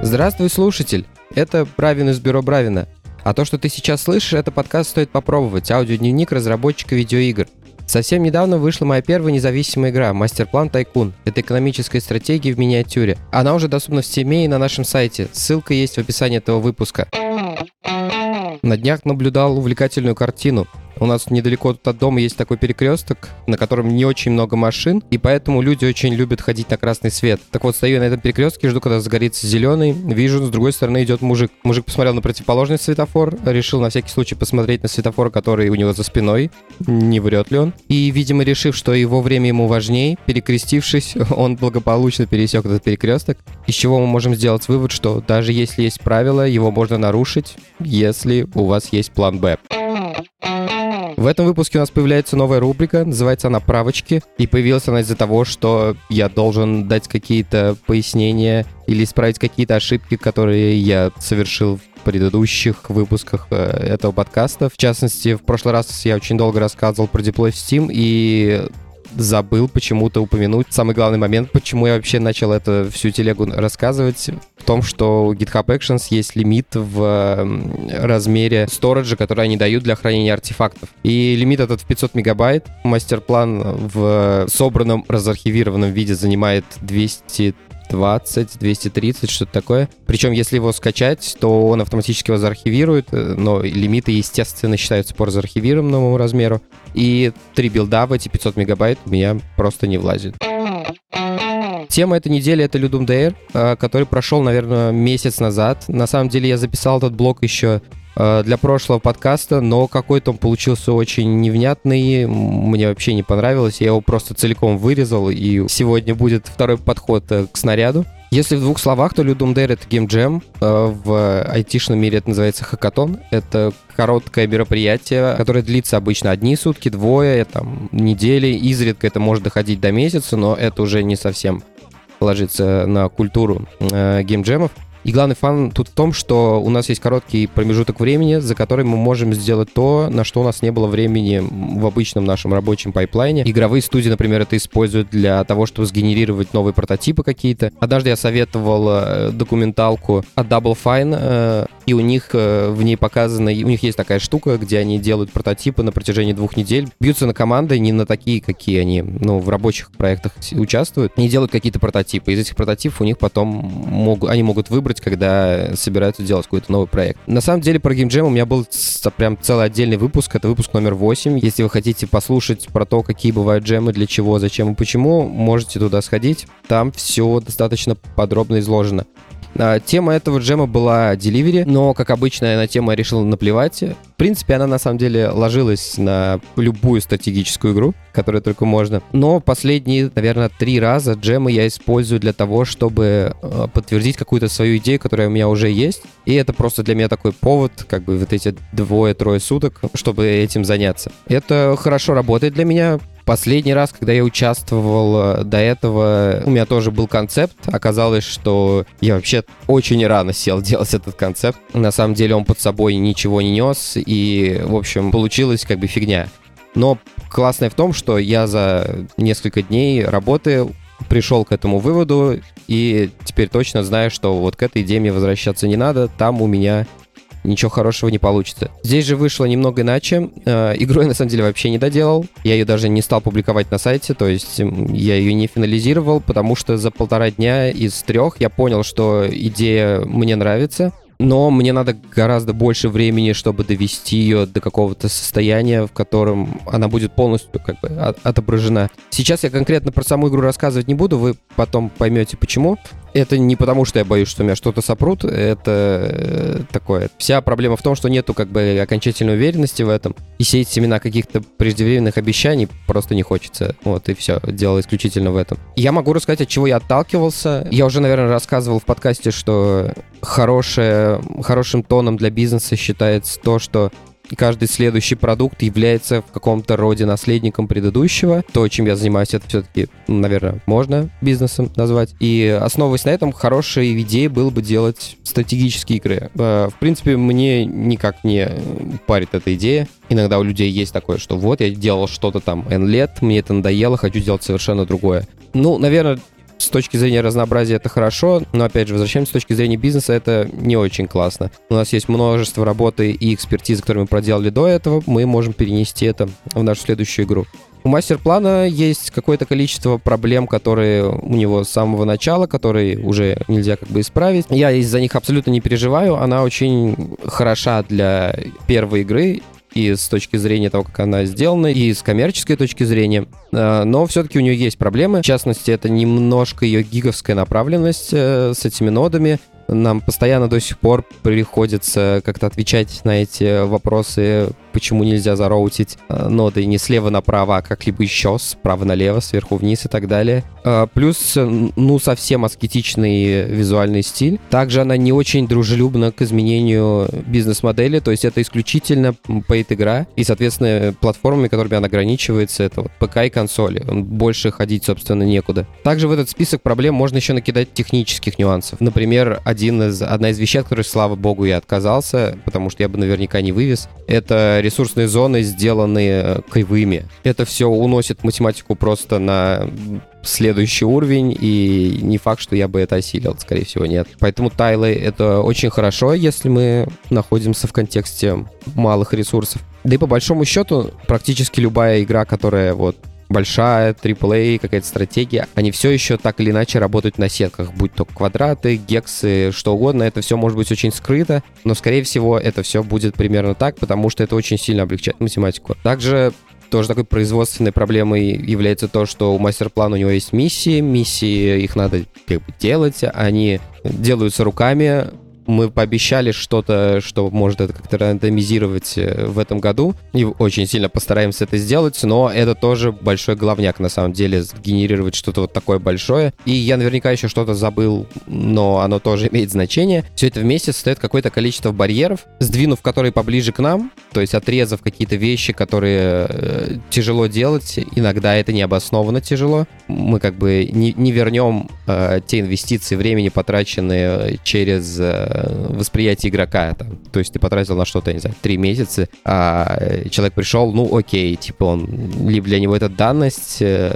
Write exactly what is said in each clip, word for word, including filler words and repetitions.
Здравствуй, слушатель! Это Бравин из бюро Бравина. А то, что ты сейчас слышишь, это подкаст «Стоит попробовать», аудиодневник разработчика видеоигр. Совсем недавно вышла моя первая независимая игра «Мастерплан Тайкун». Это экономическая стратегия в миниатюре. Она уже доступна в Steam и на нашем сайте. Ссылка есть в описании этого выпуска. На днях наблюдал увлекательную картину. У нас недалеко от дома есть такой перекресток, на котором не очень много машин, и поэтому люди очень любят ходить на красный свет. Так вот, стою на этом перекрестке, жду, когда загорится зеленый, вижу, с другой стороны идет мужик. Мужик посмотрел на противоположный светофор, решил на всякий случай посмотреть на светофор, который у него за спиной, не врет ли он. И, видимо, решив, что его время ему важнее, перекрестившись, он благополучно пересек этот перекресток, из чего мы можем сделать вывод, что даже если есть правила, его можно нарушить, если у вас есть план «Б». В этом выпуске у нас появляется новая рубрика, называется она «Правочки», и появилась она из-за того, что я должен дать какие-то пояснения или исправить какие-то ошибки, которые я совершил в предыдущих выпусках э, этого подкаста. В частности, в прошлый раз я очень долго рассказывал про деплой в Steam и забыл почему-то упомянуть самый главный момент, почему я вообще начал эту всю телегу рассказывать, в том, что у GitHub Actions есть лимит в размере сториджа, который они дают для хранения артефактов. И лимит этот в пятьсот мегабайт. Мастер-план в собранном, разархивированном виде занимает двести двадцать, двести тридцать, что-то такое. Причем, если его скачать, то он автоматически его заархивирует, но лимиты, естественно, считаются по заархивированному размеру. И три билда в эти пятьсот мегабайт у меня просто не влазит. Тема этой недели — это Ludum Dare, который прошел, наверное, месяц назад. На самом деле я записал этот блог еще для прошлого подкаста, но какой-то он получился очень невнятный, мне вообще не понравилось, я его просто целиком вырезал, и сегодня будет второй подход к снаряду. Если в двух словах, то Ludum Dare — это геймджем, в айтишном мире это называется хакатон, это короткое мероприятие, которое длится обычно одни сутки, двое, там, недели, изредка это может доходить до месяца, но это уже не совсем ложится на культуру э, геймджемов. И главный фан тут в том, что у нас есть короткий промежуток времени, за который мы можем сделать то, на что у нас не было времени в обычном нашем рабочем пайплайне. Игровые студии, например, это используют для того, чтобы сгенерировать новые прототипы какие-то. Однажды я советовал документалку от Double Fine, и у них в ней показано, у них есть такая штука, где они делают прототипы на протяжении двух недель, бьются на команды, не на такие, какие они, ну, в рабочих проектах участвуют, и делают какие-то прототипы. Из этих прототипов у них потом могут, они могут выбрать, когда собираются делать какой-то новый проект. На самом деле про геймджем у меня был прям целый отдельный выпуск, это выпуск номер восемь. Если вы хотите послушать про то, какие бывают джемы, для чего, зачем и почему, можете туда сходить. Там все достаточно подробно изложено. Тема этого джема была Delivery, но, как обычно, я на тему решил наплевать. В принципе, она на самом деле ложилась на любую стратегическую игру, которую только можно. Но последние, наверное, три раза джемы я использую для того, чтобы подтвердить какую-то свою идею, которая у меня уже есть. И это просто для меня такой повод, как бы вот эти двое-трое суток, чтобы этим заняться. Это хорошо работает для меня. Последний раз, когда я участвовал до этого, у меня тоже был концепт. Оказалось, что я вообще очень рано сел делать этот концепт. На самом деле он под собой ничего не нес, и, в общем, получилась как бы фигня. Но классное в том, что я за несколько дней работы пришел к этому выводу, и теперь точно знаю, что вот к этой идее мне возвращаться не надо, там у меня ничего хорошего не получится. Здесь же вышло немного иначе. Э, игру я на самом деле вообще не доделал. Я ее даже не стал публиковать на сайте, то есть я ее не финализировал, потому что за полтора дня из трех я понял, что идея мне нравится, но мне надо гораздо больше времени, чтобы довести ее до какого-то состояния, в котором она будет полностью как бы отображена. Сейчас я конкретно про саму игру рассказывать не буду, вы потом поймете почему. Это не потому, что я боюсь, что меня что-то сопрут, это такое. Вся проблема в том, что нету как бы окончательной уверенности в этом, и сеять семена каких-то преждевременных обещаний просто не хочется. Вот и все, дело исключительно в этом. Я могу рассказать, от чего я отталкивался. Я уже, наверное, рассказывал в подкасте, что хорошее, хорошим тоном для бизнеса считается то, что каждый следующий продукт является в каком-то роде наследником предыдущего. То, чем я занимаюсь, это все-таки, наверное, можно бизнесом назвать. И основываясь на этом, хорошей идеей было бы делать стратегические игры. В принципе, мне никак не парит эта идея. Иногда у людей есть такое, что вот, я делал что-то там N лет, мне это надоело, хочу делать совершенно другое. Ну, наверное, с точки зрения разнообразия это хорошо, но, опять же, возвращаемся с точки зрения бизнеса, это не очень классно. У нас есть множество работы и экспертизы, которые мы проделали до этого, мы можем перенести это в нашу следующую игру. У мастер-плана есть какое-то количество проблем, которые у него с самого начала, которые уже нельзя как бы исправить. Я из-за них абсолютно не переживаю, она очень хороша для первой игры, и с точки зрения того, как она сделана, и с коммерческой точки зрения. Но все-таки у нее есть проблемы. В частности, это немножко ее гиговская направленность с этими нодами. Нам постоянно до сих пор приходится как-то отвечать на эти вопросы, почему нельзя зароутить ноды не слева направо, а как-либо еще, справа налево, сверху вниз и так далее. Плюс, ну, совсем аскетичный визуальный стиль. Также она не очень дружелюбна к изменению бизнес-модели, то есть это исключительно пейд-игра, и, соответственно, платформами, которыми она ограничивается, это вот ПК и консоли. Больше ходить, собственно, некуда. Также в этот список проблем можно еще накидать технических нюансов. Например, один из, одна из вещей, от которой, слава богу, я отказался, потому что я бы наверняка не вывез, это ресурсные зоны, сделанные кривыми. Это все уносит математику просто на следующий уровень, и не факт, что я бы это осилил, скорее всего, нет. Поэтому тайлы — это очень хорошо, если мы находимся в контексте малых ресурсов. Да и по большому счету, практически любая игра, которая вот большая, трипл эй, какая-то стратегия, они все еще так или иначе работают на сетках, будь то квадраты, гексы, что угодно. Это все может быть очень скрыто, но, скорее всего, это все будет примерно так, потому что это очень сильно облегчает математику. Также тоже такой производственной проблемой является то, что у мастер-плана у него есть миссии, миссии их надо как бы делать, они делаются руками. Мы пообещали что-то, что может это как-то рандомизировать в этом году, и очень сильно постараемся это сделать, но это тоже большой головняк, на самом деле, генерировать что-то вот такое большое. И я наверняка еще что-то забыл, но оно тоже имеет значение. Все это вместе состоит какое-то количество барьеров, сдвинув которые поближе к нам, то есть отрезав какие-то вещи, которые э, тяжело делать, иногда это необоснованно тяжело. Мы как бы не, не вернем э, те инвестиции времени, потраченные через э, восприятие игрока. Там. То есть ты потратил на что-то, я не знаю, три месяца, а человек пришел, ну окей, типа он, либо для него это данность,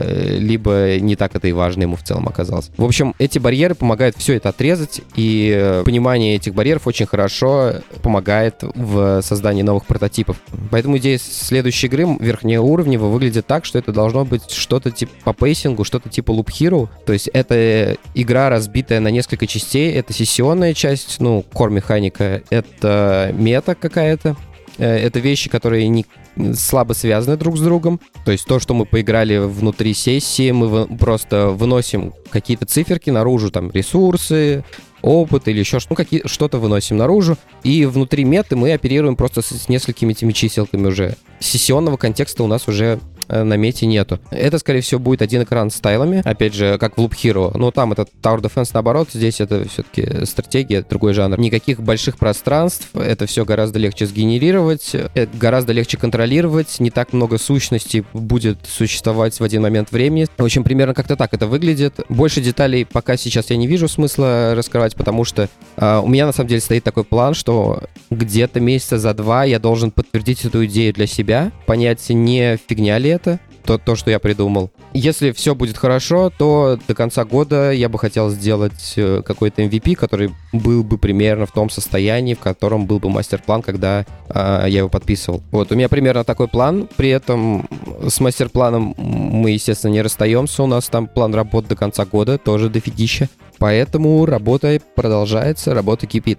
либо не так это и важно ему в целом оказалось. В общем, эти барьеры помогают все это отрезать, и понимание этих барьеров очень хорошо помогает в создании новых прототипов. Поэтому идея следующей игры верхнеуровневая выглядит так, что это должно быть что-то типа по пейсингу, что-то типа Loop Hero. То есть это игра, разбитая на несколько частей, это сессионная часть, ну, кор-механика, это мета какая-то, это вещи, которые не слабо связаны друг с другом. То есть то, что мы поиграли внутри сессии, мы просто выносим какие-то циферки наружу, там, ресурсы, опыт или еще ну, какие, что-то выносим наружу, и внутри меты мы оперируем просто с, с несколькими этими чиселками уже. Сессионного контекста у нас уже на мете нету. Это, скорее всего, будет один экран с тайлами, опять же, как в Loop Hero. Но там это Tower Defense наоборот, здесь это все-таки стратегия, другой жанр. Никаких больших пространств, это все гораздо легче сгенерировать, это гораздо легче контролировать, не так много сущностей будет существовать в один момент времени. В общем, примерно как-то так это выглядит. Больше деталей пока сейчас я не вижу смысла раскрывать, потому что э, у меня на самом деле стоит такой план, что где-то месяца за два я должен подтвердить эту идею для себя, понять, не фигня ли это, то, то, что я придумал. Если все будет хорошо, то до конца года я бы хотел сделать какой-то эм ви пи, который был бы примерно в том состоянии, в котором был бы мастер-план, когда э, я его подписывал. Вот, у меня примерно такой план. При этом с мастер-планом мы, естественно, не расстаемся. У нас там план работ до конца года, тоже дофигища. Поэтому работа продолжается, работа кипит.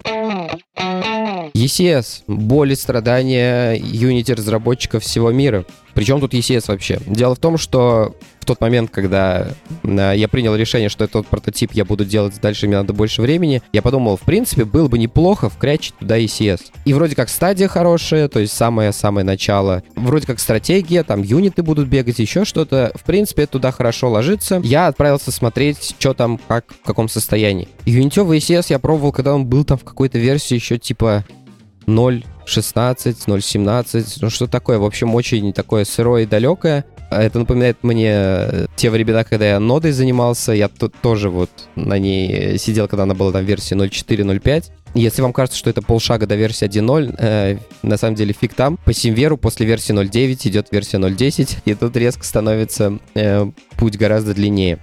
и си эс. Боль и страдания Unity-разработчиков всего мира. Причем тут и си эс вообще? Дело в том, что в тот момент, когда я принял решение, что этот прототип я буду делать дальше, мне надо больше времени, я подумал, в принципе, было бы неплохо вкрячить туда и си эс. И вроде как стадия хорошая, то есть самое-самое начало. Вроде как стратегия, там юниты будут бегать, еще что-то. В принципе, это туда хорошо ложится. Я отправился смотреть, что там, как, в каком состоянии. Юнитевый и си эс я пробовал, когда он был там в какой-то версии еще типа ноль шестнадцать, ноль семнадцать, ну что такое, в общем, очень такое сырое и далекое. Это напоминает мне те времена, когда я нодой занимался, я тут тоже вот на ней сидел, когда она была там в версии ноль четыре ноль пять. Если вам кажется, что это полшага до версии один ноль, э, на самом деле фиг там. По Симверу после версии ноль девять идет версия ноль десять, и тут резко становится э, путь гораздо длиннее.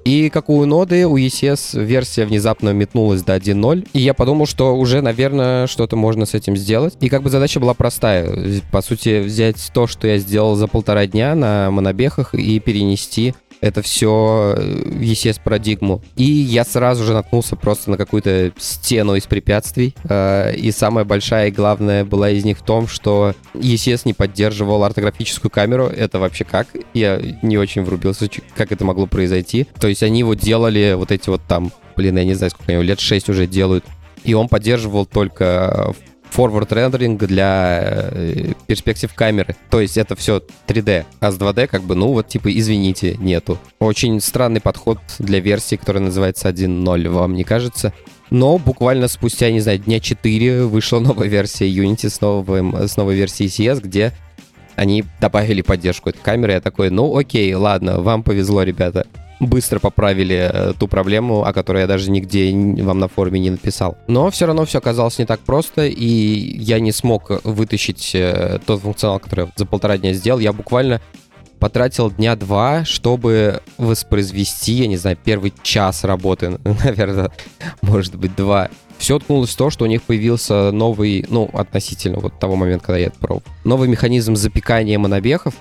И как у ноды, у и си эс версия внезапно метнулась до один ноль, и я подумал, что уже, наверное, что-то можно с этим сделать. И как бы задача была простая. По сути, взять то, что я сделал за полтора дня на монобехах, и перенести это все в и си эс-парадигму. И я сразу же наткнулся просто на какую-то стену из препятствий. И самая большая и главная была из них в том, что и си эс не поддерживал ортографическую камеру. Это вообще как? Я не очень врубился, как это могло произойти. То есть они вот делали вот эти вот там, блин, я не знаю, сколько они, лет шесть уже делают. И он поддерживал только forward rendering для э, перспектив камеры. То есть это все три дэ. А с два дэ как бы, ну вот типа, извините, нету. Очень странный подход для версии, которая называется один ноль, вам не кажется? Но буквально спустя, не знаю, дня четыре вышла новая версия Unity с, новым, с новой версией и си эс, где они добавили поддержку этой камеры. Я такой, ну окей, ладно, вам повезло, ребята. Быстро поправили э, ту проблему, о которой я даже нигде вам на форуме не написал. Но все равно все оказалось не так просто, и я не смог вытащить э, тот функционал, который я за полтора дня сделал. Я буквально потратил дня два, чтобы воспроизвести, я не знаю, первый час работы, наверное, может быть, два. Все ткнулось в то, что у них появился новый, ну, относительно вот того момента, когда я это пробовал, новый механизм запекания монобехов.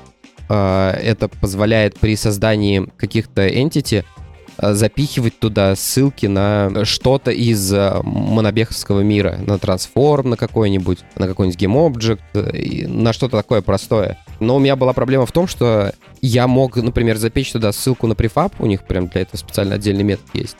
Это позволяет при создании каких-то entity запихивать туда ссылки на что-то из монобеховского мира, на трансформ на какой-нибудь, на какой-нибудь GameObject, на что-то такое простое. Но у меня была проблема в том, что я мог, например, запечь туда ссылку на префаб, у них прям для этого специально отдельный метод есть.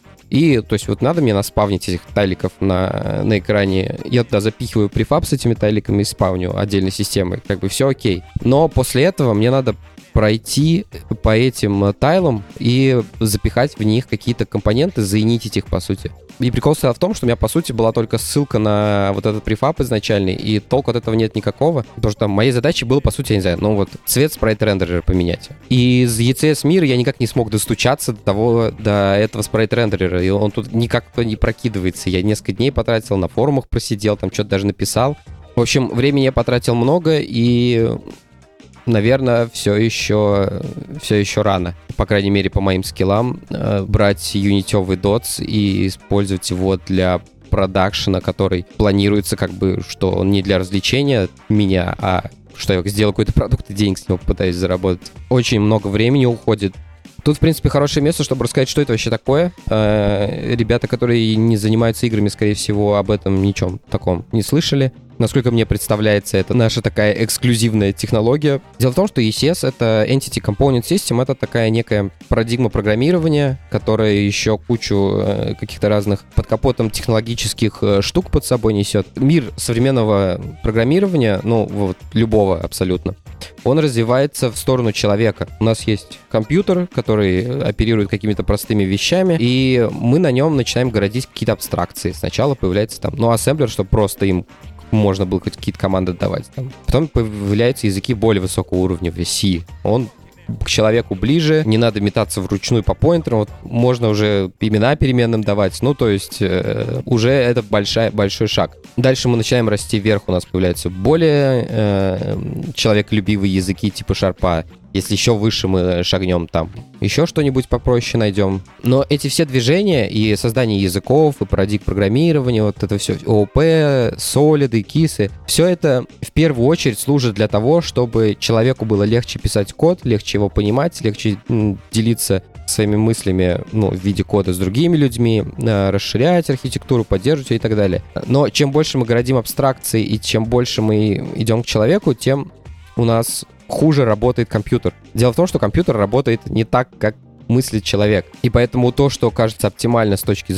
И, то есть, вот надо мне наспавнить этих тайликов на, на экране. Я туда запихиваю префаб с этими тайликами и спавню отдельной системой. Как бы все окей. Но после этого мне надо пройти по этим тайлам и запихать в них какие-то компоненты, заинитить их, по сути. И прикол стоял в том, что у меня, по сути, была только ссылка на вот этот префаб изначальный, и толку от этого нет никакого, потому что моей задачей было, по сути, я не знаю, ну вот цвет спрайт-рендерера поменять. И из и си эс-мира я никак не смог достучаться до того, до этого спрайт-рендерера, и он тут никак не прокидывается. Я несколько дней потратил, на форумах просидел, там что-то даже написал. В общем, времени я потратил много, и... наверное, все еще, все еще рано, по крайней мере, по моим скиллам, брать юнитевый дотс и использовать его для продакшена, который планируется как бы, что он не для развлечения меня, а что я сделаю какой-то продукт и денег с него попытаюсь заработать. Очень много времени уходит. Тут, в принципе, хорошее место, чтобы рассказать, что это вообще такое. Ребята, которые не занимаются играми, скорее всего, об этом ничем таком не слышали. Насколько мне представляется, это наша такая эксклюзивная технология. Дело в том, что и си эс — это Entity Component System, это такая некая парадигма программирования, которая еще кучу каких-то разных под капотом технологических штук под собой несет. Мир современного программирования, ну, вот любого абсолютно, он развивается в сторону человека. У нас есть компьютер, который оперирует какими-то простыми вещами, и мы на нем начинаем городить какие-то абстракции. Сначала появляется там, ну, ассемблер, чтобы просто им можно было какие-то команды давать. Там. Потом появляются языки более высокого уровня, в C. Он к человеку ближе, не надо метаться вручную по поинтерам, вот можно уже имена переменным давать, ну, то есть э, уже это большая, большой шаг. Дальше мы начинаем расти вверх, у нас появляются более э, человеколюбивые языки типа шарпа. Если еще выше мы шагнем, там еще что-нибудь попроще найдем. Но эти все движения и создание языков, и парадигм программирования, вот это все, ООП, солиды, кисы, все это в первую очередь служит для того, чтобы человеку было легче писать код, легче его понимать, легче м, делиться своими мыслями, ну, в виде кода с другими людьми, расширять архитектуру, поддерживать ее и так далее. Но чем больше мы городим абстракции и чем больше мы идем к человеку, тем у нас хуже работает компьютер. Дело в том, что компьютер работает не так, как мыслит человек. И поэтому то, что кажется оптимально с точки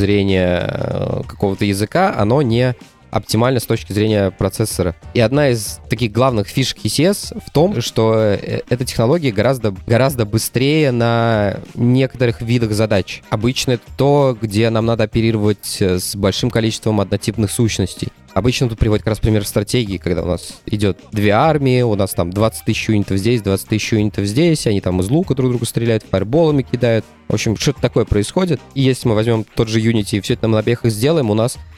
зрения какого-то языка, оно не оптимально с точки зрения процессора. И одна из таких главных фишек и си эс в том, что эта технология гораздо, гораздо быстрее на некоторых видах задач. Обычно это то, где нам надо оперировать с большим количеством однотипных сущностей. Обычно тут приводит как раз пример стратегии, когда у нас идет две армии, у нас там двадцать тысяч юнитов здесь, двадцать тысяч юнитов здесь, они там из лука друг друга стреляют, фаерболами кидают. В общем, что-то такое происходит. И если мы возьмем тот же Unity и все это на монобехах сделаем, у нас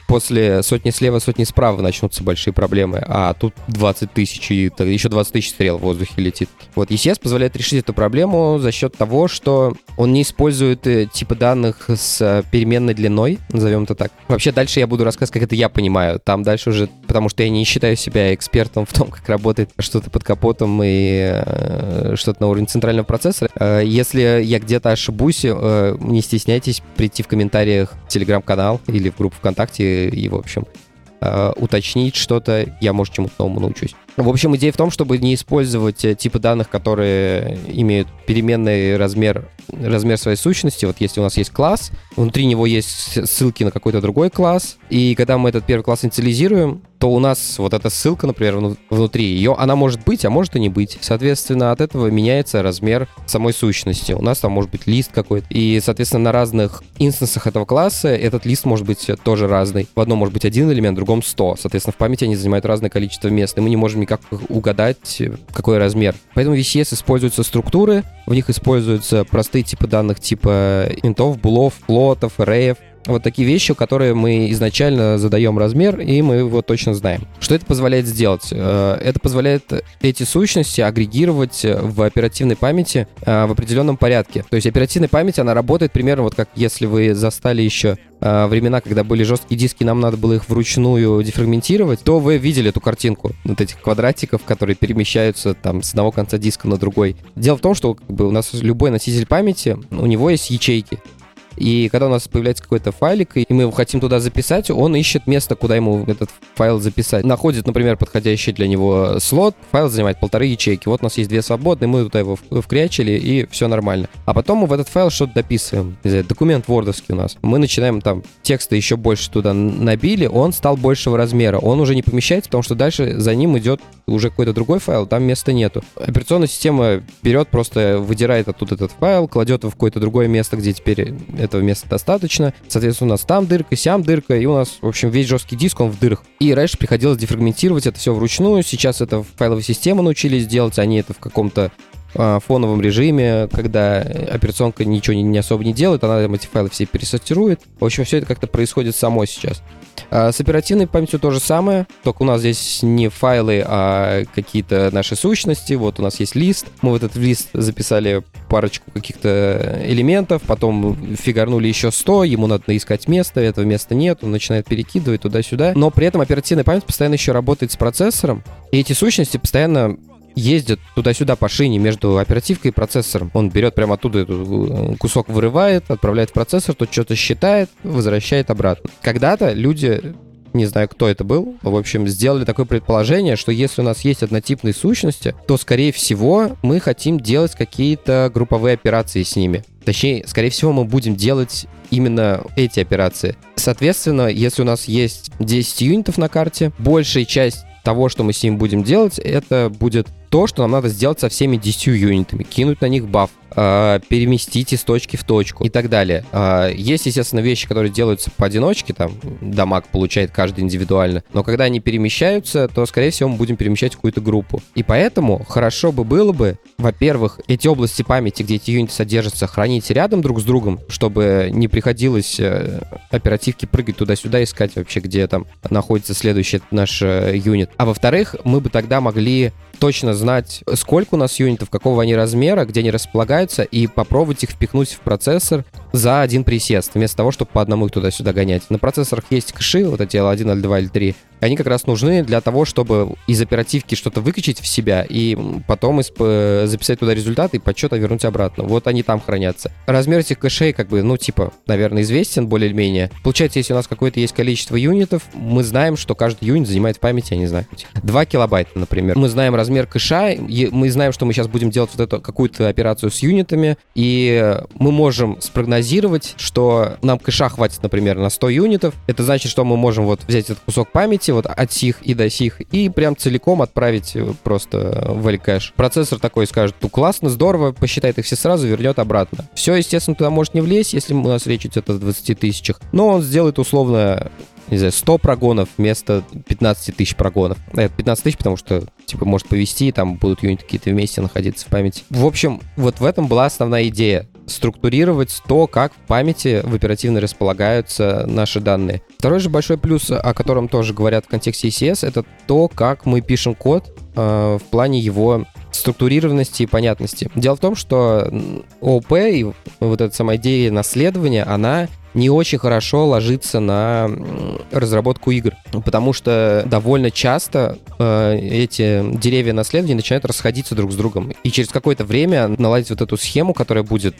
после сотни слева, сотни справа начнутся большие проблемы, а тут двадцать тысяч, и еще двадцать тысяч стрел в воздухе летит. Вот и си эс позволяет решить эту проблему за счет того, что он не использует типы данных с переменной длиной, назовем это так. Вообще дальше я буду рассказывать, как это я понимаю. Там дальше уже, потому что я не считаю себя экспертом в том, как работает что-то под капотом и э, что-то на уровне центрального процессора. Э, если я где-то ошибусь, э, не стесняйтесь прийти в комментариях в Телеграм-канал или в группу ВКонтакте и, в общем, э, уточнить что-то. Я, может, чему-то новому научусь. В общем, идея в том, чтобы не использовать типы данных, которые имеют переменный размер, размер своей сущности. Вот если у нас есть класс, внутри него есть ссылки на какой-то другой класс, и когда мы этот первый класс инициализируем, то у нас вот эта ссылка, например, внутри ее, она может быть, а может и не быть. Соответственно, от этого меняется размер самой сущности. У нас там может быть лист какой-то. И, соответственно, на разных инстансах этого класса этот лист может быть тоже разный. В одном может быть один элемент, в другом сто. Соответственно, в памяти они занимают разное количество мест, и мы не можем никак угадать, какой размер. Поэтому в ви си эс используются структуры, в них используются простые типы данных типа интов, булов, флотов, array'ев. Вот такие вещи, которые мы изначально задаем размер, и мы его точно знаем. Что это позволяет сделать? Это позволяет эти сущности агрегировать в оперативной памяти в определенном порядке. То есть оперативная память, она работает примерно вот как если вы застали еще времена, когда были жесткие диски, нам надо было их вручную дефрагментировать, то вы видели эту картинку вот этих квадратиков, которые перемещаются там с одного конца диска на другой. Дело в том, что как бы, у нас любой носитель памяти, у него есть ячейки. И когда у нас появляется какой-то файлик, и мы его хотим туда записать, он ищет место, куда ему этот файл записать. Находит, например, подходящий для него слот, файл занимает полторы ячейки. Вот у нас есть две свободные, мы туда его вкрячили, и все нормально. А потом мы в этот файл что-то дописываем. Не знаю, документ вордовский у нас. Мы начинаем там текста еще больше туда набили, он стал большего размера. Он уже не помещается, потому что дальше за ним идет уже какой-то другой файл, там места нету. Операционная система берет, просто выдирает оттуда этот файл, кладет его в какое-то другое место, где теперь этого места достаточно. Соответственно, у нас там дырка, сям дырка, и у нас, в общем, весь жесткий диск, он в дырах. И раньше приходилось дефрагментировать это все вручную. Сейчас это файловые системы научились делать, они это в каком-то а, фоновом режиме, когда операционка ничего не, не особо не делает, она эти файлы все пересортирует. В общем, все это как-то происходит само сейчас. А с оперативной памятью то же самое, только у нас здесь не файлы, а какие-то наши сущности. Вот у нас есть лист, мы в этот лист записали парочку каких-то элементов, потом фигарнули еще сто, ему надо искать место, этого места нет, он начинает перекидывать туда-сюда. Но при этом оперативная память постоянно еще работает с процессором, и эти сущности постоянно ездят туда-сюда по шине между оперативкой и процессором. Он берет прямо оттуда этот кусок, вырывает, отправляет в процессор, тот что-то считает, возвращает обратно. Когда-то люди, не знаю, кто это был, в общем, сделали такое предположение, что если у нас есть однотипные сущности, то, скорее всего, мы хотим делать какие-то групповые операции с ними. Точнее, скорее всего, мы будем делать именно эти операции. Соответственно, если у нас есть десять юнитов на карте, большая часть того, что мы с ним будем делать, это будет то, что нам надо сделать со всеми десятью юнитами. Кинуть на них баф, э, переместить из точки в точку и так далее. Э, есть, естественно, вещи, которые делаются поодиночке, там, дамаг получает каждый индивидуально, но когда они перемещаются, то, скорее всего, мы будем перемещать в какую-то группу. И поэтому хорошо бы было бы, во-первых, эти области памяти, где эти юниты содержатся, хранить рядом друг с другом, чтобы не приходилось э, оперативке прыгать туда-сюда, искать вообще, где там находится следующий наш э, юнит. А во-вторых, мы бы тогда могли точно знать, сколько у нас юнитов, какого они размера, где они располагаются, и попробовать их впихнуть в процессор за один присест, вместо того, чтобы по одному их туда-сюда гонять. На процессорах есть кэши, вот эти эл один, эл два, эл три. Они как раз нужны для того, чтобы из оперативки что-то выкачать в себя и потом из, записать туда результаты и подсчета вернуть обратно. Вот они там хранятся. Размер этих кэшей, как бы, ну, типа, наверное, известен более-менее. Получается, если у нас какое-то есть количество юнитов, мы знаем, что каждый юнит занимает в памяти, я не знаю, два килобайта, например. Мы знаем размер кэша, мы знаем, что мы сейчас будем делать вот эту какую-то операцию с юнитами, и мы можем спрогнозировать, что нам кэша хватит, например, на сто юнитов. Это значит, что мы можем вот взять этот кусок памяти, вот от сих и до сих, и прям целиком отправить просто в L-кэш. Процессор такой скажет: ну классно, здорово, посчитает их все сразу, вернет обратно. Все, естественно, туда может не влезть, если у нас речь идет о двадцати тысячах, но он сделает условно, не знаю, сто прогонов вместо пятнадцати тысяч прогонов. Это пятнадцать тысяч, потому что, типа, может повести, там будут юниты какие-то вместе находиться в памяти. В общем, вот в этом была основная идея. структурировать то, как в памяти в оперативной располагаются наши данные. Второй же большой плюс, о котором тоже говорят в контексте и си эс, это то, как мы пишем код э, в плане его структурированности и понятности. Дело в том, что ООП и вот эта сама идея наследования, она не очень хорошо ложится на разработку игр, потому что довольно часто э, эти деревья наследования начинают расходиться друг с другом. И через какое-то время наладить вот эту схему, которая будет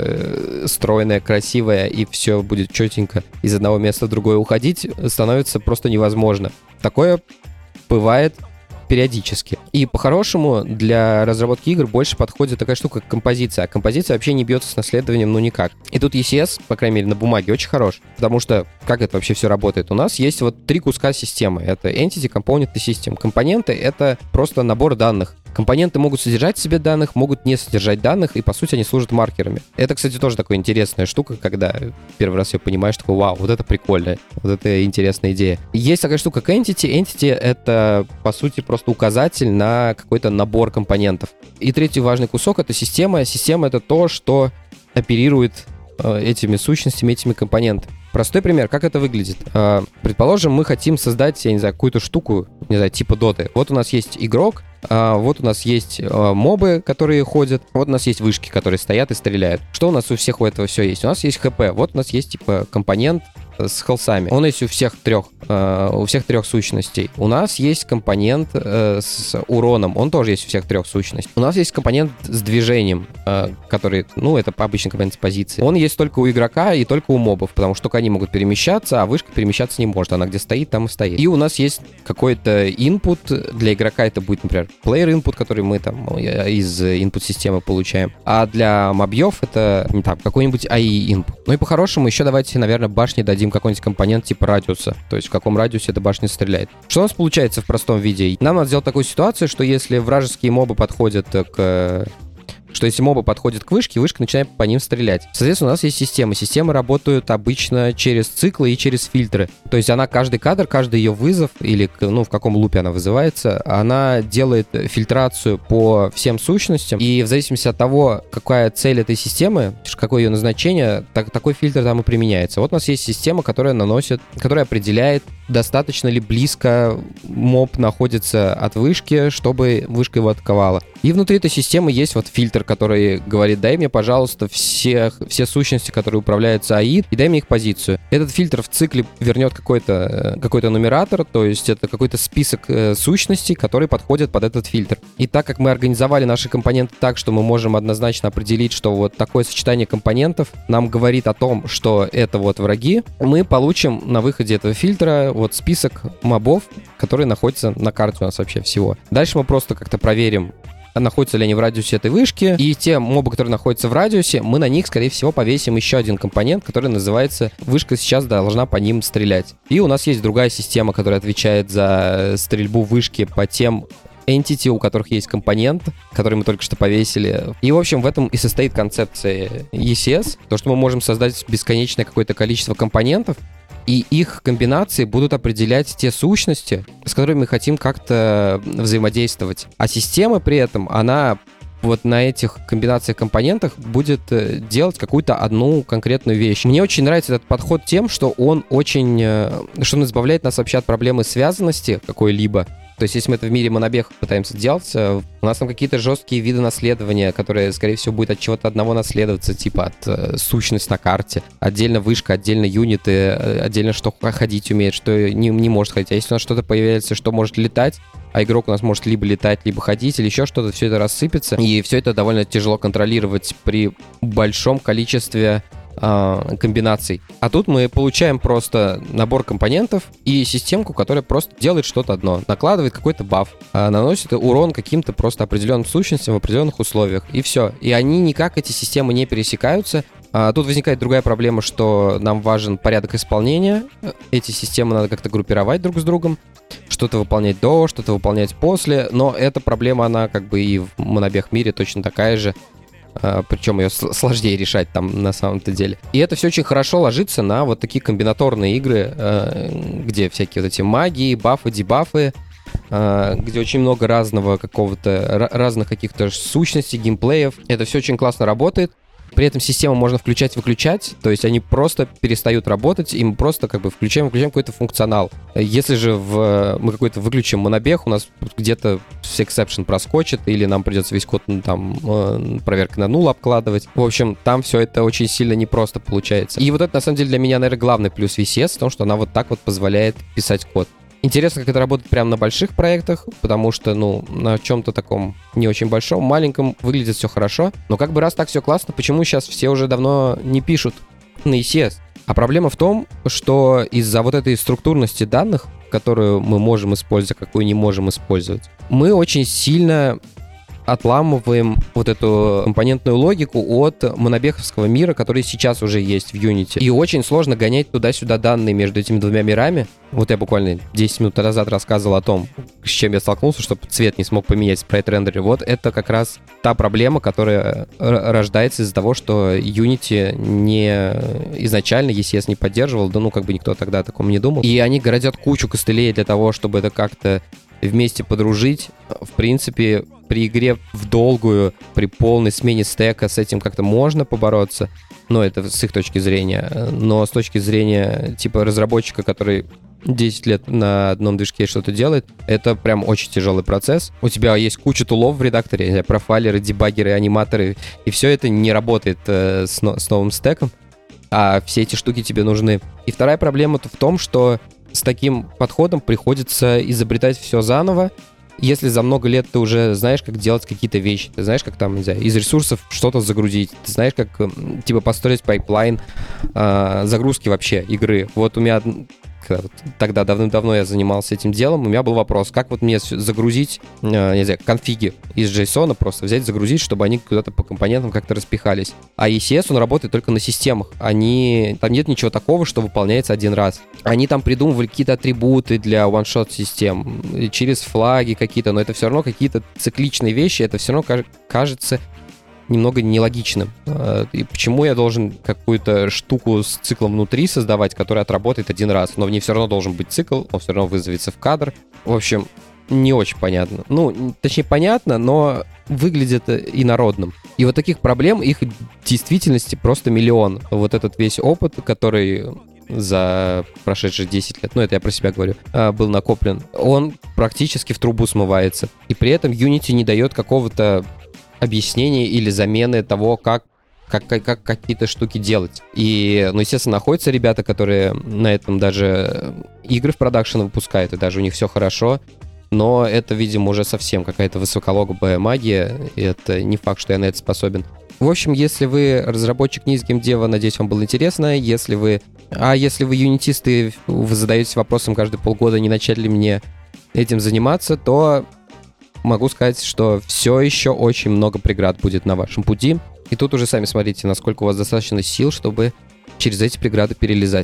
э, стройная, красивая, и все будет четенько из одного места в другое уходить, становится просто невозможно. Такое бывает периодически. И по-хорошему для разработки игр больше подходит такая штука, как композиция. А композиция вообще не бьется с наследованием, ну никак. И тут и си эс, по крайней мере, на бумаге очень хорош, потому что как это вообще все работает? У нас есть вот три куска системы. Это Entity, Component и System. Компоненты — это просто набор данных. Компоненты могут содержать в себе данных, могут не содержать данных, и, по сути, они служат маркерами. Это, кстати, тоже такая интересная штука, когда первый раз ее понимаешь, такой, вау, вот это прикольно, вот это интересная идея. Есть такая штука, как Entity. Entity — это, по сути, просто указатель на какой-то набор компонентов. И третий важный кусок — это система. Система — это то, что оперирует э, этими сущностями, этими компонентами. Простой пример, как это выглядит. Э, предположим, мы хотим создать, я не знаю, какую-то штуку, не знаю, типа доты. Вот у нас есть игрок, Uh, вот у нас есть uh, мобы, которые ходят, вот у нас есть вышки, которые стоят и стреляют. Что у нас у всех у этого все есть? У нас есть ХП, вот у нас есть типа компонент с хелсами. Он есть у всех трех, uh, у всех трех сущностей. У нас есть компонент uh, с уроном, он тоже есть у всех трех сущностей. У нас есть компонент с движением, uh, который, ну, это обычный компонент с позиции. Он есть только у игрока и только у мобов, потому что только они могут перемещаться, а вышка перемещаться не может. Она где стоит, там и стоит. И у нас есть какой-то input, для игрока это будет, например, player input, который мы там из input-системы получаем. А для мобьев это не там, какой-нибудь эй и input. Ну и по-хорошему еще давайте, наверное, башне дадим какой-нибудь компонент типа радиуса. То есть в каком радиусе эта башня стреляет. Что у нас получается в простом виде? Нам надо сделать такую ситуацию, что если вражеские мобы подходят к... что если мобы подходят к вышке, вышка начинает по ним стрелять. Соответственно, у нас есть системы. Системы работают обычно через циклы и через фильтры. То есть она каждый кадр, каждый ее вызов, или ну, в каком лупе она вызывается, она делает фильтрацию по всем сущностям. И в зависимости от того, какая цель этой системы, какое ее назначение, так, такой фильтр там и применяется. Вот у нас есть система, которая наносит, которая определяет, достаточно ли близко моб находится от вышки, чтобы вышка его атаковала. И внутри этой системы есть вот фильтр, который говорит: дай мне, пожалуйста, всех, все сущности, которые управляются эй, и дай мне их позицию. Этот фильтр в цикле вернет какой-то, какой-то нумератор, то есть это какой-то список э, сущностей, которые подходят под этот фильтр. И так как мы организовали наши компоненты так, что мы можем однозначно определить, что вот такое сочетание компонентов нам говорит о том, что это вот враги, мы получим на выходе этого фильтра вот список мобов, которые находятся на карте у нас вообще всего. Дальше мы просто как-то проверим, находятся ли они в радиусе этой вышки, и те мобы, которые находятся в радиусе, мы на них, скорее всего, повесим еще один компонент, который называется «Вышка сейчас должна по ним стрелять». И у нас есть другая система, которая отвечает за стрельбу вышки по тем entity, у которых есть компонент, который мы только что повесили. И, в общем, в этом и состоит концепция и си эс, то, что мы можем создать бесконечное какое-то количество компонентов, и их комбинации будут определять те сущности, с которыми мы хотим как-то взаимодействовать. А система при этом, она вот на этих комбинациях компонентов будет делать какую-то одну конкретную вещь. Мне очень нравится этот подход тем, что он очень... что он избавляет нас вообще от проблемы связанности какой-либо. То есть, если мы это в мире монобег пытаемся делать, у нас там какие-то жесткие виды наследования, которые, скорее всего, будет от чего-то одного наследоваться, типа от э, сущность на карте. Отдельно вышка, отдельно юниты, отдельно что ходить умеет, что не, не может ходить. А если у нас что-то появляется, что может летать, а игрок у нас может либо летать, либо ходить, или еще что-то, все это рассыпется. И все это довольно тяжело контролировать при большом количестве комбинаций. А тут мы получаем просто набор компонентов и системку, которая просто делает что-то одно. Накладывает какой-то баф, наносит урон каким-то просто определенным сущностям в определенных условиях. И все. И они никак, эти системы, не пересекаются. А тут возникает другая проблема, что нам важен порядок исполнения. Эти системы надо как-то группировать друг с другом. Что-то выполнять до, что-то выполнять после. Но эта проблема, она как бы и в монобег мире точно такая же. Uh, причем ее сложнее решать там на самом-то деле. И это все очень хорошо ложится на вот такие комбинаторные игры, uh, где всякие вот эти магии, бафы, дебафы, uh, где очень много разного какого-то, разных каких-то сущностей, геймплеев. Это все очень классно работает. При этом систему можно включать-выключать, то есть они просто перестают работать, и мы просто как бы включаем-выключаем какой-то функционал. Если же в, мы какой-то выключим монобег, у нас где-то exception проскочит, или нам придется весь код ну, там проверкой на нул обкладывать. В общем, там все это очень сильно непросто получается. И вот это, на самом деле, для меня, наверное, главный плюс ви си эс в том, что она вот так вот позволяет писать код. Интересно, как это работает прямо на больших проектах, потому что, ну, на чем-то таком не очень большом, маленьком выглядит все хорошо. Но как бы раз так все классно, почему сейчас все уже давно не пишут на и си эс? А проблема в том, что из-за вот этой структурности данных, которую мы можем использовать, какую не можем использовать, мы очень сильно отламываем вот эту компонентную логику от монобеговского мира, который сейчас уже есть в Unity. И очень сложно гонять туда-сюда данные между этими двумя мирами. Вот я буквально десять минут назад рассказывал о том, с чем я столкнулся, чтобы цвет не смог поменять в спрайт-рендере. Вот это как раз та проблема, которая рождается из-за того, что Unity не изначально и си эс не поддерживал, да ну как бы никто тогда о таком не думал. И они городят кучу костылей для того, чтобы это как-то вместе подружить. В принципе, при игре в долгую, при полной смене стека с этим как-то можно побороться, но это с их точки зрения. Но с точки зрения типа разработчика, который десять лет на одном движке что-то делает, это прям очень тяжелый процесс. У тебя есть куча тулов в редакторе, профайлеры, дебаггеры, аниматоры, и все это не работает э, с, но- с новым стеком, а все эти штуки тебе нужны. И вторая проблема-то в том, что с таким подходом приходится изобретать все заново. Если за много лет ты уже знаешь, как делать какие-то вещи, ты знаешь, как там, не знаю, из ресурсов что-то загрузить, ты знаешь, как типа построить пайплайн э, загрузки вообще игры. Вот у меня тогда давным-давно я занимался этим делом, у меня был вопрос, как вот мне загрузить, э, не знаю, конфиги из JSON, просто взять, загрузить, чтобы они куда-то по компонентам как-то распихались. А и си эс, он работает только на системах. Они, там нет ничего такого, что выполняется один раз. Они там придумывали какие-то атрибуты для one-shot систем, через флаги какие-то, но это все равно какие-то цикличные вещи, это все равно кажется немного нелогичным. И почему я должен какую-то штуку с циклом внутри создавать, которая отработает один раз, но в ней все равно должен быть цикл, он все равно вызовется в кадр. В общем, не очень понятно. Ну, точнее, понятно, но выглядит инородным. И вот таких проблем, их в действительности просто миллион. Вот этот весь опыт, который за прошедшие десять лет, ну это я про себя говорю, был накоплен, он практически в трубу смывается. И при этом Unity не дает какого-то объяснения или замены того, как, как, как, как какие-то штуки делать. И, ну, естественно, находятся ребята, которые на этом даже игры в продакшн выпускают, и даже у них все хорошо, но это, видимо, уже совсем какая-то высокологовая магия, и это не факт, что я на это способен. В общем, если вы разработчик низгеймдева, надеюсь, вам было интересно. Если вы... А если вы юнитисты, вы задаетесь вопросом каждые полгода, не начать ли мне этим заниматься, то могу сказать, что все еще очень много преград будет на вашем пути. И тут уже сами смотрите, насколько у вас достаточно сил, чтобы через эти преграды перелезать.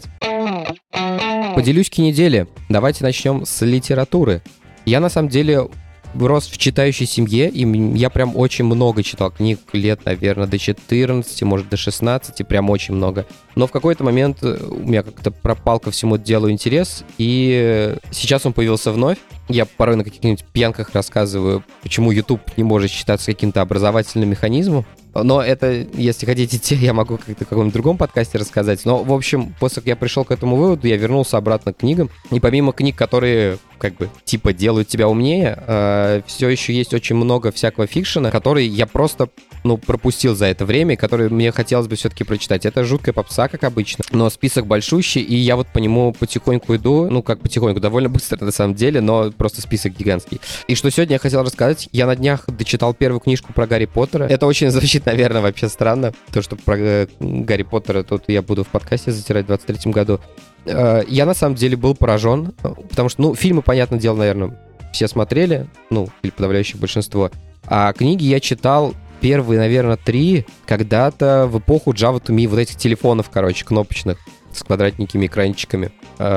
Поделюсь-ки недели. Давайте начнем с литературы. Я, на самом деле, рос в читающей семье, и я прям очень много читал книг, лет, наверное, до четырнадцати, может, до шестнадцати, прям очень много. Но в какой-то момент у меня как-то пропал ко всему делу интерес, и сейчас он появился вновь. Я порой на каких-нибудь пьянках рассказываю, почему YouTube не может считаться каким-то образовательным механизмом. Но это, если хотите, я могу как-то в каком-нибудь другом подкасте рассказать. Но, в общем, после как я пришел к этому выводу, я вернулся обратно к книгам. И помимо книг, которые, как бы, типа, делают тебя умнее, э, все еще есть очень много всякого фикшена, который я просто, ну, пропустил за это время, который мне хотелось бы все-таки прочитать. Это жуткая попса, как обычно, но список большущий, и я вот по нему потихоньку иду, ну, как потихоньку, довольно быстро на самом деле, но просто список гигантский. И что сегодня я хотел рассказать, я на днях дочитал первую книжку про Гарри Поттера. Это очень звучит, наверное, вообще странно, то, что про э, Гарри Поттера тут я буду в подкасте затирать в двадцать третьем году. Э, я на самом деле был поражен, потому что, ну, фильмы, понятное дело, наверное, все смотрели, ну, или подавляющее большинство, а книги я читал первые, наверное, три когда-то в эпоху Java to Me, вот этих телефонов, короче, кнопочных. с квадратненькими экранчиками,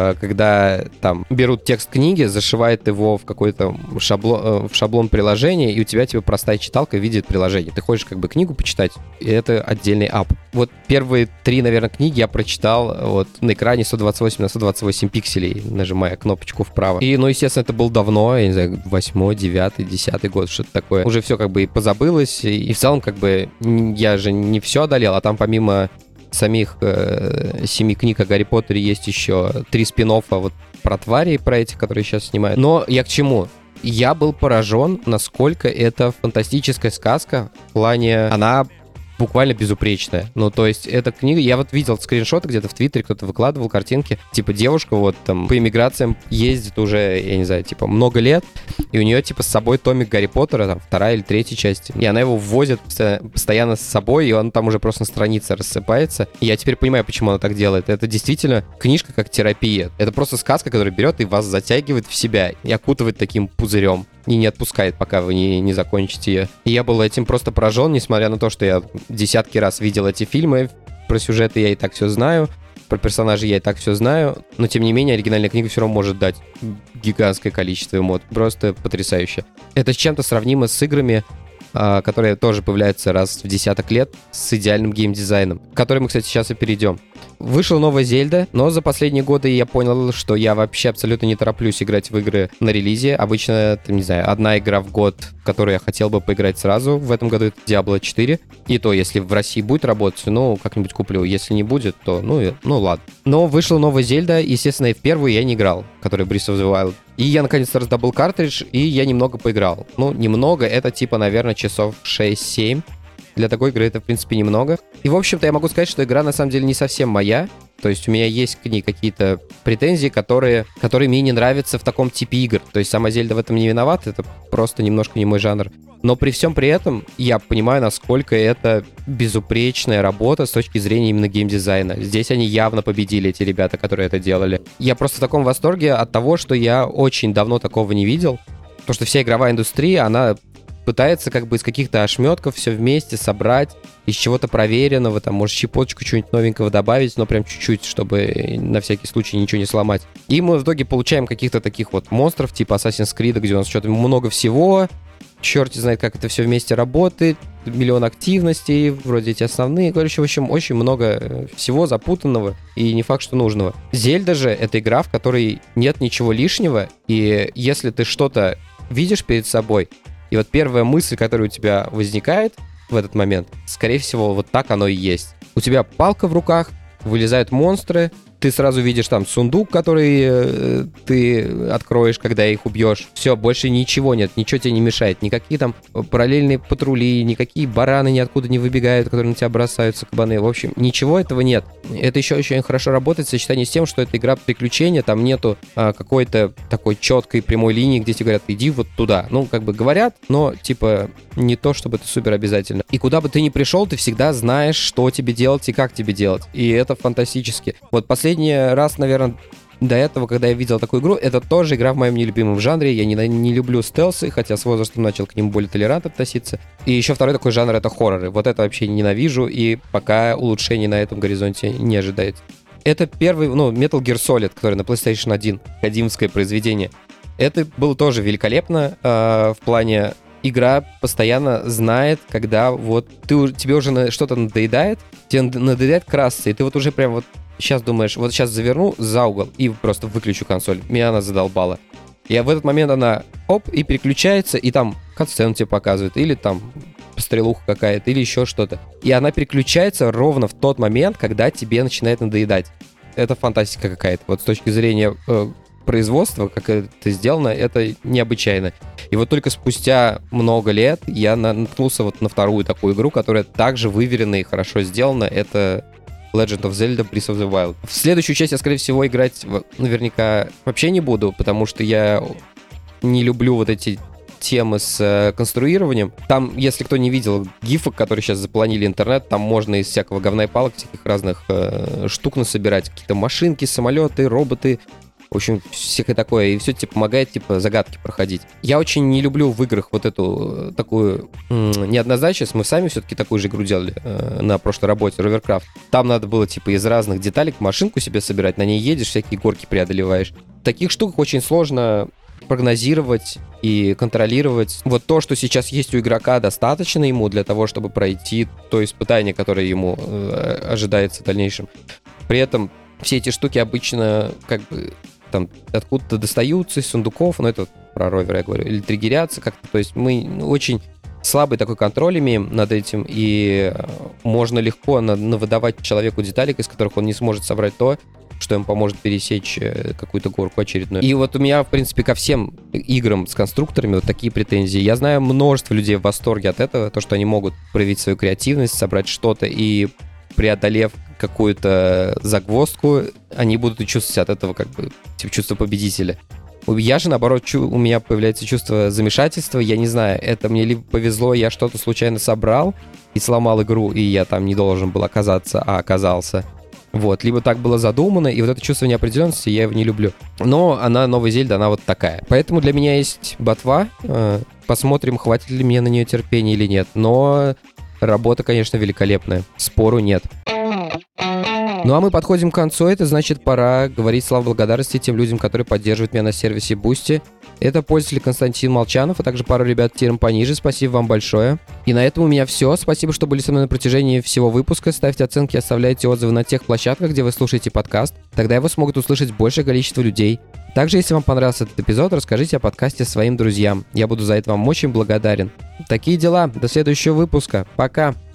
когда там берут текст книги, зашивают его в какой-то шаблон, в шаблон приложения, и у тебя типа простая читалка видит приложение. Ты хочешь как бы книгу почитать, и это отдельный ап. Вот первые три, наверное, книги я прочитал вот на экране сто двадцать восемь на сто двадцать восемь пикселей, нажимая кнопочку вправо. И, ну, естественно, это было давно, я не знаю, восьмой, девятый, десятый год, что-то такое. Уже все как бы и позабылось, и в целом как бы я же не все одолел, а там помимо самих э, семи книг о Гарри Поттере есть еще три спин-оффа вот про твари, про этих, которые сейчас снимают. Но я к чему? Я был поражен, насколько это фантастическая сказка в плане... Она буквально безупречная. Ну, то есть, эта книга... Я вот видел скриншоты где-то в Твиттере, кто-то выкладывал картинки. Типа, девушка вот там по иммиграциям ездит уже, я не знаю, типа, много лет, и у нее, типа, с собой томик Гарри Поттера, там, вторая или третья часть. И она его возит постоянно с собой, и он там уже просто на странице рассыпается. И я теперь понимаю, почему она так делает. Это действительно книжка как терапия. Это просто сказка, которая берет и вас затягивает в себя и окутывает таким пузырем. И не отпускает, пока вы не, не закончите ее. И я был этим просто поражен, несмотря на то, что я десятки раз видел эти фильмы. Про сюжеты я и так все знаю, про персонажей я и так все знаю. Но, тем не менее, оригинальная книга все равно может дать гигантское количество эмоций. Просто потрясающе. Это с чем-то сравнимо с играми, которые тоже появляются раз в десяток лет, с идеальным геймдизайном, к которой мы, кстати, сейчас и перейдем. Вышла новая Зельда, но за последние годы я понял, что я вообще абсолютно не тороплюсь играть в игры на релизе. Обычно, там, не знаю, одна игра в год, в которую я хотел бы поиграть сразу. В этом году это Диабло четыре. И то, если в России будет работать, ну, как-нибудь куплю. Если не будет, то, ну, ну ладно. Но вышла новая Зельда, естественно, и в первую я не играл, которая Breath of the Wild. И я, наконец-то, раздобыл картридж, и я немного поиграл. Ну, немного, это типа, наверное, часов шесть-семь. Для такой игры это, в принципе, немного. И, в общем-то, я могу сказать, что игра, на самом деле, не совсем моя. То есть у меня есть к ней какие-то претензии, которые, которые мне не нравятся в таком типе игр. То есть сама Зельда в этом не виновата, это просто немножко не мой жанр. Но при всем при этом я понимаю, насколько это безупречная работа с точки зрения именно геймдизайна. Здесь они явно победили, эти ребята, которые это делали. Я просто в таком восторге от того, что я очень давно такого не видел. Потому что вся игровая индустрия, она пытается как бы из каких-то ошметков все вместе собрать, из чего-то проверенного, там, может, щепоточку чего-нибудь новенького добавить, но прям чуть-чуть, чтобы на всякий случай ничего не сломать. И мы в итоге получаем каких-то таких вот монстров, типа Assassin's Creed, где у нас что-то много всего, черт знает, как это все вместе работает, миллион активностей, вроде эти основные, короче, в общем, очень много всего запутанного и не факт, что нужного. Зельда же — это игра, в которой нет ничего лишнего, и если ты что-то видишь перед собой, и вот первая мысль, которая у тебя возникает в этот момент, скорее всего, вот так оно и есть. У тебя палка в руках, вылезают монстры, ты сразу видишь там сундук, который э, ты откроешь, когда их убьешь. Все, больше ничего нет, ничего тебе не мешает. Никакие там параллельные патрули, никакие бараны ниоткуда не выбегают, которые на тебя бросаются, кабаны. В общем, ничего этого нет. Это еще очень хорошо работает в сочетании с тем, что это игра приключения, там нету а, какой-то такой четкой прямой линии, где тебе говорят, иди вот туда. Ну, как бы говорят, но типа не то, чтобы это супер обязательно. И куда бы ты ни пришел, ты всегда знаешь, что тебе делать и как тебе делать. И это фантастически. Вот последний раз, наверное, до этого, когда я видел такую игру, это тоже игра в моем нелюбимом жанре. Я не, не люблю стелсы, хотя с возрастом начал к ним более толерантно относиться. И еще второй такой жанр — это хорроры. Вот это вообще ненавижу, и пока улучшений на этом горизонте не ожидается. Это первый, ну, Metal Gear Solid, который на PlayStation один, кодимское произведение. Это было тоже великолепно э, в плане... Игра постоянно знает, когда вот ты, тебе уже что-то надоедает, тебе надоедает красться, и ты вот уже прям вот сейчас думаешь, вот сейчас заверну за угол и просто выключу консоль. Меня она задолбала. И в этот момент она, оп, и переключается, и там катсцену тебе показывает, или там стрелуха какая-то, или еще что-то. И она переключается ровно в тот момент, когда тебе начинает надоедать. Это фантастика какая-то. Вот с точки зрения э, производства, как это сделано, это необычайно. И вот только спустя много лет я наткнулся вот на вторую такую игру, которая также выверена и хорошо сделана. Это Legend of Zelda Breath of the Wild. В следующую часть я, скорее всего, играть наверняка вообще не буду, потому что я не люблю вот эти темы с конструированием. Там, если кто не видел гифок, которые сейчас запланили интернет, там можно из всякого говна и палок, всяких разных э, штук насобирать. Какие-то машинки, самолеты, роботы, В общем, всякое такое. И все тебе помогает, типа, загадки проходить. Я очень не люблю в играх вот эту такую м- неоднозначность. Мы сами все-таки такую же игру делали э, на прошлой работе, Rovercraft. Там надо было, типа, из разных деталек машинку себе собирать, на ней едешь, всякие горки преодолеваешь. В таких штуках очень сложно прогнозировать и контролировать. Вот то, что сейчас есть у игрока, достаточно ему для того, чтобы пройти то испытание, которое ему э, ожидается в дальнейшем. При этом все эти штуки обычно как бы там откуда-то достаются из сундуков, но это вот про ровер я говорю, или триггерятся как-то. То есть мы очень слабый такой контроль имеем над этим, и можно легко навыдавать человеку деталек, из которых он не сможет собрать то, что им поможет пересечь какую-то горку очередную. И вот у меня, в принципе, ко всем играм с конструкторами вот такие претензии. Я знаю множество людей в восторге от этого, то, что они могут проявить свою креативность, собрать что-то, и преодолев какую-то загвоздку, они будут чувствовать от этого как бы типа чувство победителя. Я же, наоборот, чу- у меня появляется чувство замешательства. Я не знаю, это мне либо повезло, я что-то случайно собрал и сломал игру, и я там не должен был оказаться, а оказался. Вот, либо так было задумано, и вот это чувство неопределенности я его не люблю. Но она, новая Зельда, она вот такая. Поэтому для меня есть ботва. Посмотрим, хватит ли мне на нее терпения или нет. Но работа, конечно, великолепная. Спору нет. Ну а мы подходим к концу, это значит пора говорить слова благодарности тем людям, которые поддерживают меня на сервисе Boosty. Это пользователь Константин Молчанов, а также пару ребят тиром пониже, спасибо вам большое. И на этом у меня все, спасибо, что были со мной на протяжении всего выпуска, ставьте оценки, оставляйте отзывы на тех площадках, где вы слушаете подкаст, тогда его смогут услышать большее количество людей. Также, если вам понравился этот эпизод, расскажите о подкасте своим друзьям, я буду за это вам очень благодарен. Такие дела, до следующего выпуска, пока!